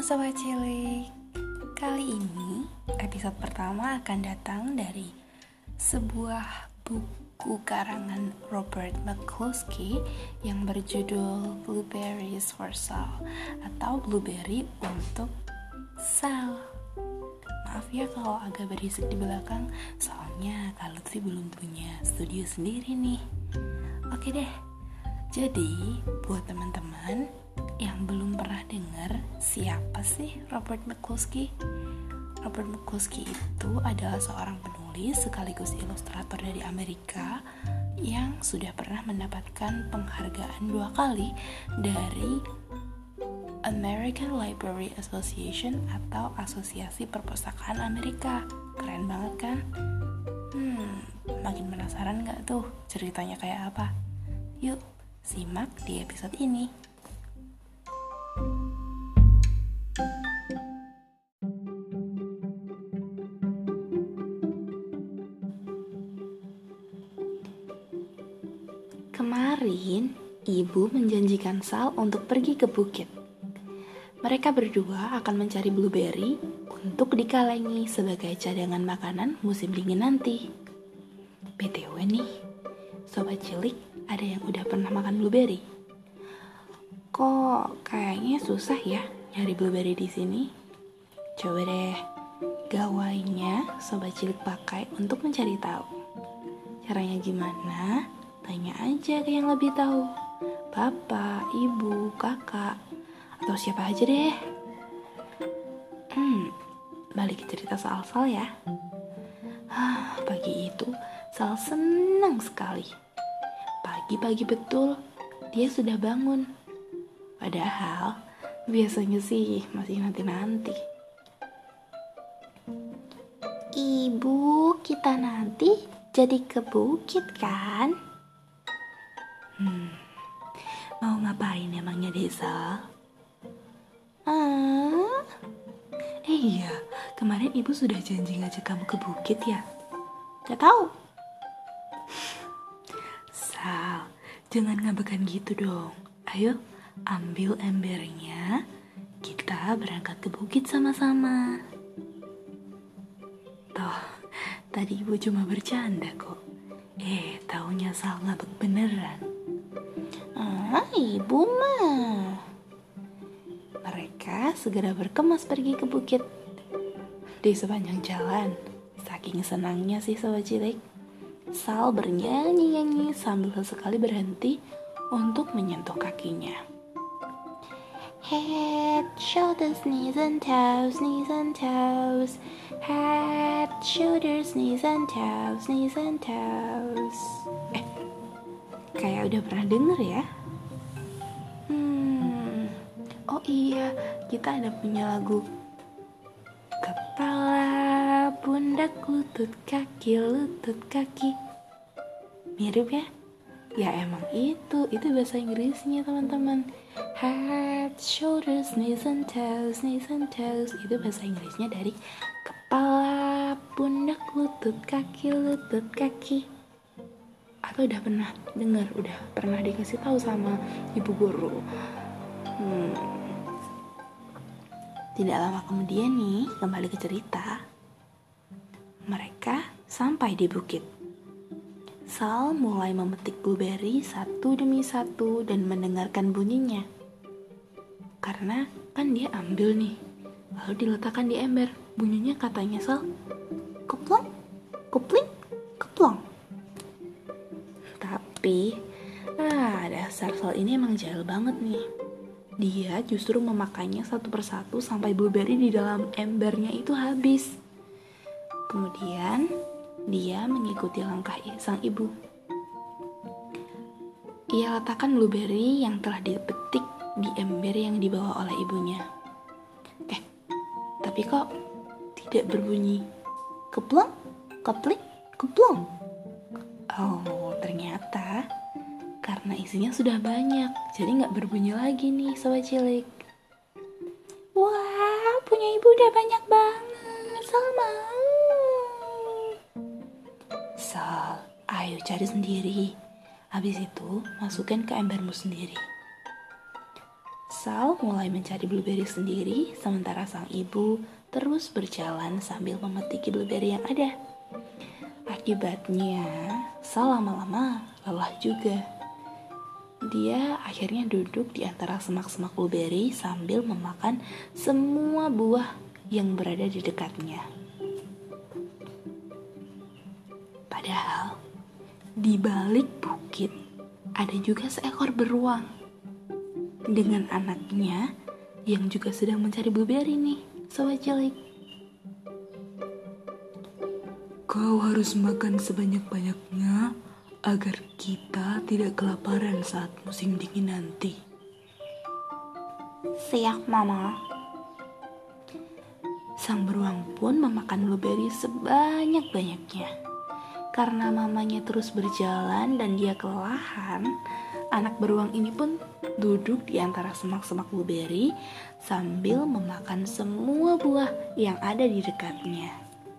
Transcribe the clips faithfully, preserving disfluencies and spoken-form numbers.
Sobat Cilik, kali ini episode pertama akan datang dari sebuah buku karangan Robert McCloskey yang berjudul Blueberries for Sal atau Blueberry untuk Sal. Maaf ya kalau agak berisik di belakang, soalnya Kak Lutfi belum punya studio sendiri nih. Oke deh, jadi buat teman-teman yang belum pernah dengar siapa sih Robert McCloskey? Robert McCloskey itu adalah seorang penulis sekaligus ilustrator dari Amerika yang sudah pernah mendapatkan penghargaan dua kali dari American Library Association atau Asosiasi Perpustakaan Amerika. Keren banget kan? Hmm, makin penasaran gak tuh ceritanya kayak apa? Yuk, simak di episode ini. Kemarin, ibu menjanjikan Sal untuk pergi ke bukit. Mereka berdua akan mencari blueberry untuk dikalengi sebagai cadangan makanan musim dingin nanti. B T W nih, Sobat Cilik, ada yang udah pernah makan blueberry? Kok kayaknya susah ya nyari blueberry di sini? Coba deh, gawainya Sobat Cilik pakai untuk mencari tahu. Caranya gimana? Tanya aja ke yang lebih tahu. Bapak, ibu, kakak, atau siapa aja deh. Hmm, balik ke cerita soal Sal ya. Hah, pagi itu Sal senang sekali. Pagi-pagi betul, dia sudah bangun. Padahal biasanya sih masih nanti-nanti. Ibu, kita nanti jadi ke bukit kan? Hmm, mau ngapain emangnya Desa? Ah, eh iya, kemarin ibu sudah janji ngajak kamu ke bukit ya? Gak tahu. Sal, jangan ngabekan gitu dong. Ayo, ambil embernya. Kita berangkat ke bukit sama-sama. Toh, tadi ibu cuma bercanda kok. Eh, taunya Sal ngabek beneran. Ah, ibu mah. Mereka segera berkemas pergi ke bukit. Di sepanjang jalan, saking senangnya sih Sobat Cilik, Sal bernyanyi-nyanyi sambil sesekali berhenti untuk menyentuh kakinya. Head, shoulders, knees and toes, knees and toes. Head, shoulders, knees and toes, knees and toes. Eh, kayak udah pernah denger ya? Hmm, oh iya, kita ada punya lagu. Kepala, pundak, lutut, kaki, lutut, kaki. Mirip ya? Ya emang itu, itu bahasa Inggrisnya teman-teman. Head, shoulders, knees and toes, knees and toes. Itu bahasa Inggrisnya dari kepala, pundak, lutut, kaki, lutut, kaki. Atau udah pernah dengar, udah pernah dikasih tahu sama ibu guru. Hmm. Tidak lama kemudian nih, kembali ke cerita. Mereka sampai di bukit. Sal mulai memetik blueberry satu demi satu dan mendengarkan bunyinya. Karena kan dia ambil nih, lalu diletakkan di ember. Bunyinya katanya Sal, keplong, kepling, keplong. Tapi, ah dasar Sal ini emang jahil banget nih. Dia justru memakannya satu persatu sampai blueberry di dalam embernya itu habis. Kemudian, dia mengikuti langkah sang ibu. Ia letakkan blueberry yang telah dipetik di ember yang dibawa oleh ibunya. Eh, tapi kok tidak berbunyi keplong, keplik, keplong. Oh, ternyata karena isinya sudah banyak, jadi gak berbunyi lagi nih Sobat Cilik. Wah, punya ibu udah banyak banget, Sal mau. Sal, ayo cari sendiri. Habis itu, masukkan ke embermu sendiri. Sal mulai mencari blueberry sendiri, sementara sang ibu terus berjalan sambil memetik blueberry yang ada. Akibatnya, Sal lama-lama lelah juga. Dia akhirnya duduk di antara semak-semak blueberry sambil memakan semua buah yang berada di dekatnya. Padahal, di balik bukit ada juga seekor beruang dengan anaknya yang juga sedang mencari blueberry nih, sobat cilik. Kau harus makan sebanyak-banyaknya agar kita tidak kelaparan saat musim dingin nanti. Siap, Mama. Sang beruang pun memakan blueberry sebanyak-banyaknya. Karena mamanya terus berjalan dan dia kelelahan, anak beruang ini pun duduk di antara semak-semak blueberry sambil memakan semua buah yang ada di dekatnya.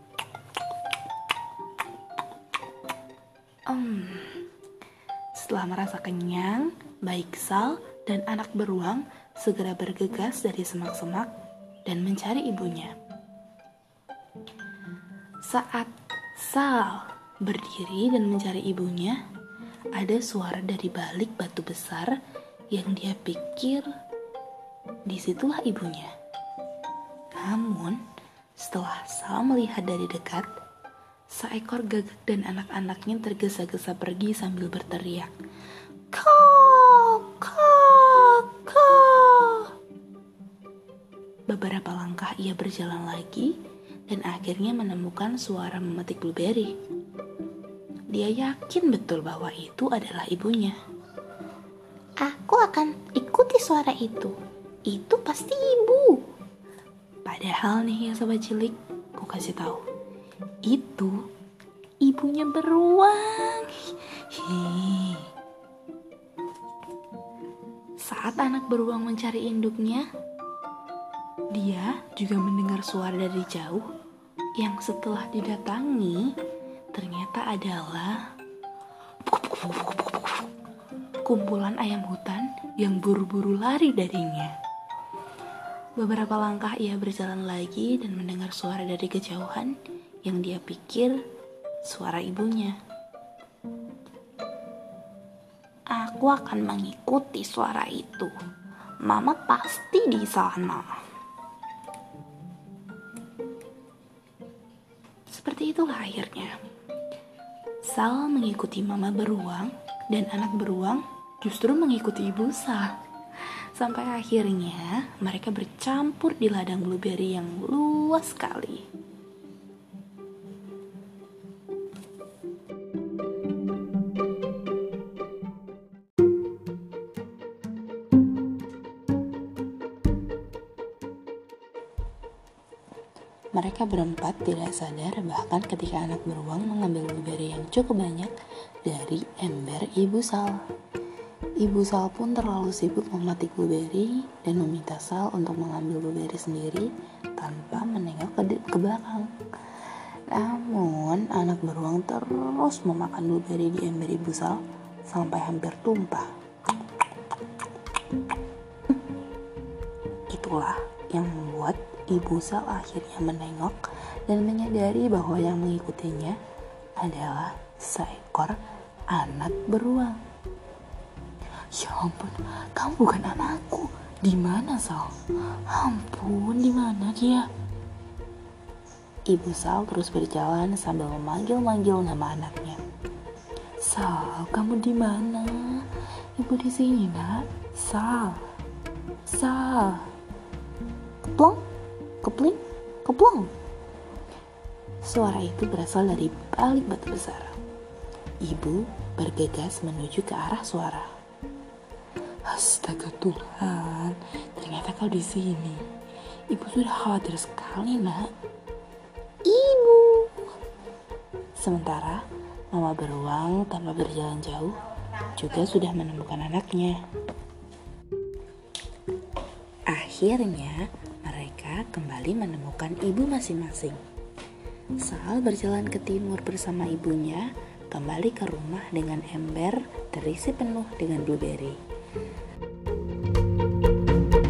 Hmm. Setelah merasa kenyang, baik Sal dan anak beruang segera bergegas dari semak-semak dan mencari ibunya. Saat Sal berdiri dan mencari ibunya, ada suara dari balik batu besar yang dia pikir disitulah ibunya. Namun, setelah Sal melihat dari dekat, seekor gagak dan anak-anaknya tergesa-gesa pergi sambil berteriak, "Kak, kak, kak." Beberapa langkah ia berjalan lagi dan akhirnya menemukan suara memetik blueberry. Dia yakin betul bahwa itu adalah ibunya. "Aku akan ikuti suara itu. Itu pasti ibu." Padahal nih ya sobat cilik, aku kasih tahu. Itu ibunya beruang. Hi. Saat anak beruang mencari induknya, dia juga mendengar suara dari jauh yang setelah didatangi ternyata adalah kumpulan ayam hutan yang buru-buru lari darinya. Beberapa langkah ia berjalan lagi dan mendengar suara dari kejauhan yang dia pikir suara ibunya. "Aku akan mengikuti suara itu. Mama pasti di sana." Seperti itulah akhirnya. Sal mengikuti mama beruang dan anak beruang justru mengikuti ibu Sal. Sampai akhirnya mereka bercampur di ladang blueberry yang luas sekali. Mereka berempat tidak sadar bahkan ketika anak beruang mengambil blueberry yang cukup banyak dari ember ibu Sal. Ibu Sal pun terlalu sibuk memetik blueberry dan meminta Sal untuk mengambil blueberry sendiri tanpa menengok ke, ke belakang. Namun anak beruang terus memakan blueberry di ember ibu Sal sampai hampir tumpah. Itulah yang membuat ibu Sal akhirnya menengok dan menyadari bahwa yang mengikutinya adalah seekor anak beruang. "Ya ampun, kamu bukan anakku. Di mana Sal? Ampun, di mana dia?" Ibu Sal terus berjalan sambil memanggil-manggil nama anaknya. "Sal, kamu di mana? Ibu di sini, Nak. Sal, Sal." Keplong, kepling, keplong. Suara itu berasal dari balik batu besar. Ibu bergegas menuju ke arah suara. "Astaga Tuhan, ternyata kau di sini. Ibu sudah khawatir sekali, Nak." "Ibu." Sementara mama beruang tanpa berjalan jauh juga sudah menemukan anaknya. Akhirnya mereka kembali menemukan ibu masing-masing. Sal berjalan ke timur bersama ibunya, kembali ke rumah dengan ember terisi penuh dengan blueberry.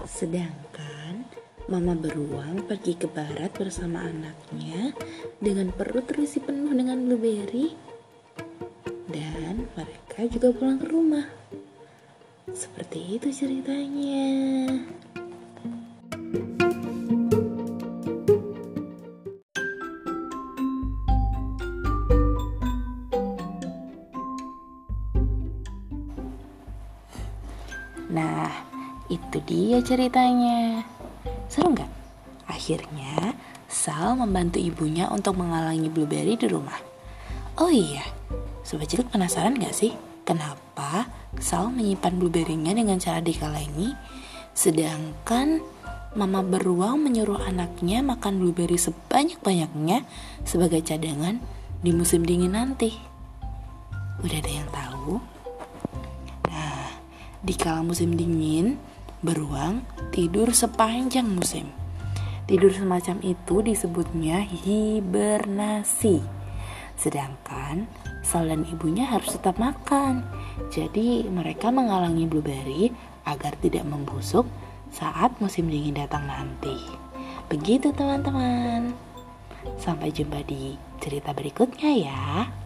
Sedangkan Mama beruang pergi ke barat bersama anaknya dengan perut terisi penuh dengan blueberry. Dan mereka juga pulang ke rumah. Seperti itu ceritanya. Nah, itu dia ceritanya. Seru nggak? Akhirnya, Sal membantu ibunya untuk menghalangi blueberry di rumah. Oh iya, Sobat Cilik penasaran nggak sih kenapa Sal menyimpan blueberry-nya dengan cara dikalengi, sedangkan Mama beruang menyuruh anaknya makan blueberry sebanyak-banyaknya sebagai cadangan di musim dingin nanti? Udah ada yang tahu? Nah, di kala musim dingin, beruang tidur sepanjang musim. Tidur semacam itu disebutnya hibernasi. Sedangkan Sal dan ibunya harus tetap makan. Jadi mereka menghalangi blueberry agar tidak membusuk saat musim dingin datang nanti. Begitu teman-teman. Sampai jumpa di cerita berikutnya ya.